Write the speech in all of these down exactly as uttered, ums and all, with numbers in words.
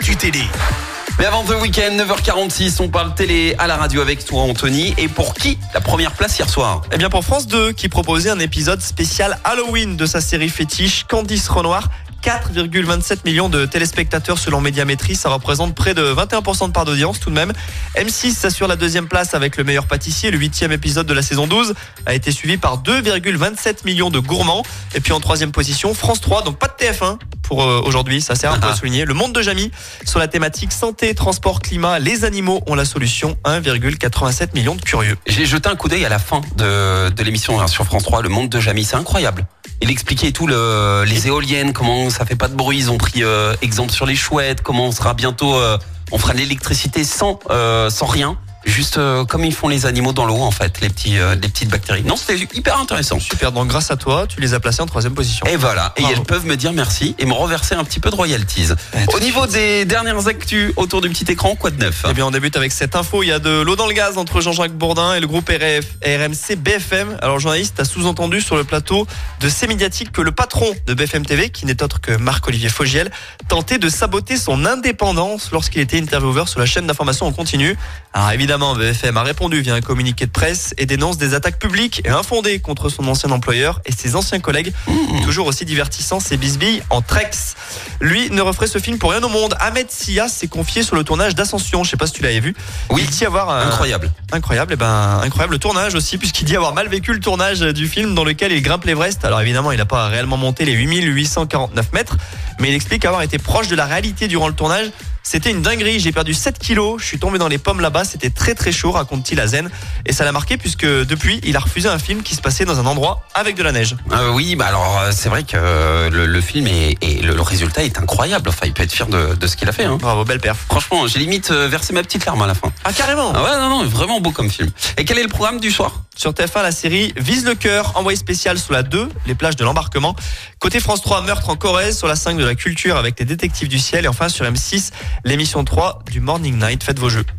l'actu télé. Mais avant The Weeknd, neuf heures quarante-six, on parle télé à la radio avec toi Anthony. Et pour qui la première place hier soir? Eh bien pour France deux qui proposait un épisode spécial Halloween de sa série fétiche Candice Renoir. quatre virgule vingt-sept millions de téléspectateurs selon Médiamétrie, ça représente près de vingt et un pour cent de part d'audience tout de même. M six s'assure la deuxième place avec Le Meilleur Pâtissier, le huitième épisode de la saison douze a été suivi par deux virgule vingt-sept millions de gourmands. Et puis en troisième position, France trois, donc pas de T F un pour euh, aujourd'hui, ça sert un peu à souligner. Le Monde de Jamy sur la thématique santé, transport, climat, les animaux ont la solution, un virgule quatre-vingt-sept millions de curieux. J'ai jeté un coup d'œil à la fin de, de l'émission hein, sur France trois, Le Monde de Jamy, c'est incroyable. Il expliquait tout le, les éoliennes, comment ça fait pas de bruit. Ils ont pris euh, exemple sur les chouettes, comment on sera bientôt, euh, on fera de l'électricité sans euh, sans rien, juste euh, comme ils font les animaux dans l'eau en fait, les petits euh, les petites bactéries. Non, c'était hyper intéressant. Super, donc grâce à toi, tu les as placés en troisième position. Et voilà, Bravo. Et elles peuvent me dire merci et me reverser un petit peu de royalties. Au niveau des dernières actus autour du petit écran, quoi de neuf? Eh bien, on débute avec cette info. Il y a de l'eau dans le gaz entre Jean-Jacques Bourdin et le groupe R M C B F M. Alors, le journaliste a sous-entendu sur le plateau de C'est Médiatique que le patron de B F M T V, qui n'est autre que Marc-Olivier Fogiel, tentait de saboter son indépendance lorsqu'il était intervieweur sur la chaîne d'information en continu. Alors, évidemment, B F M a répondu via un communiqué de presse et dénonce des attaques publiques et infondées contre son ancien employeur et ses anciens collègues. Mmh. Toujours aussi divertissant, ces bisbilles en Trex. Lui ne referait ce film pour rien au monde. Ahmed Sia s'est confié sur le tournage d'Ascension. Je sais pas si tu l'avais vu. Oui. Il dit avoir un... incroyable. Incroyable. Et ben, incroyable tournage aussi, puisqu'il dit avoir mal vécu le tournage du film dans lequel il grimpe l'Everest. Alors évidemment, il n'a pas réellement monté les huit mille huit cent quarante-neuf mètres, mais il explique avoir été proche de la réalité durant le tournage. C'était une dinguerie, j'ai perdu sept kilos, je suis tombé dans les pommes là-bas, c'était très très chaud, raconte-t-il à Zen. Et ça l'a marqué puisque depuis, il a refusé un film qui se passait dans un endroit avec de la neige. Euh, oui, bah alors c'est vrai que le, le film est, et le, le résultat est incroyable. Enfin, il peut être fier de, de ce qu'il a fait. Hein. Bravo, belle perf. Franchement, j'ai limite versé ma petite larme à la fin. Ah carrément. Ah ouais, non, non, vraiment beau comme film. Et quel est le programme du soir? Sur T F un, la série Vise le cœur, envoyé spécial sur la deux, les plages de l'embarquement. Côté France trois, Meurtre en Corrèze, sur la cinq de la culture avec les détectives du ciel. Et enfin sur M six, l'émission trois du Morning Night. Faites vos jeux.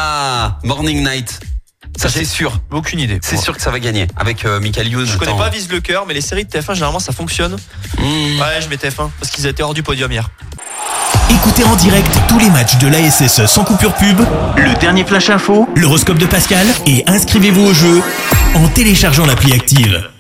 Ah, Morning Night. Ça c'est sûr. Aucune idée. C'est sûr que ça va gagner avec euh, Michael Youn. Je connais pas Vise le cœur, mais les séries de T F un généralement ça fonctionne. Mmh. Ouais, je mets T F un parce qu'ils étaient hors du podium hier. Écoutez en direct tous les matchs de l'A S S sans coupure pub, le dernier flash info, l'horoscope de Pascal et inscrivez-vous au jeu en téléchargeant l'appli Active.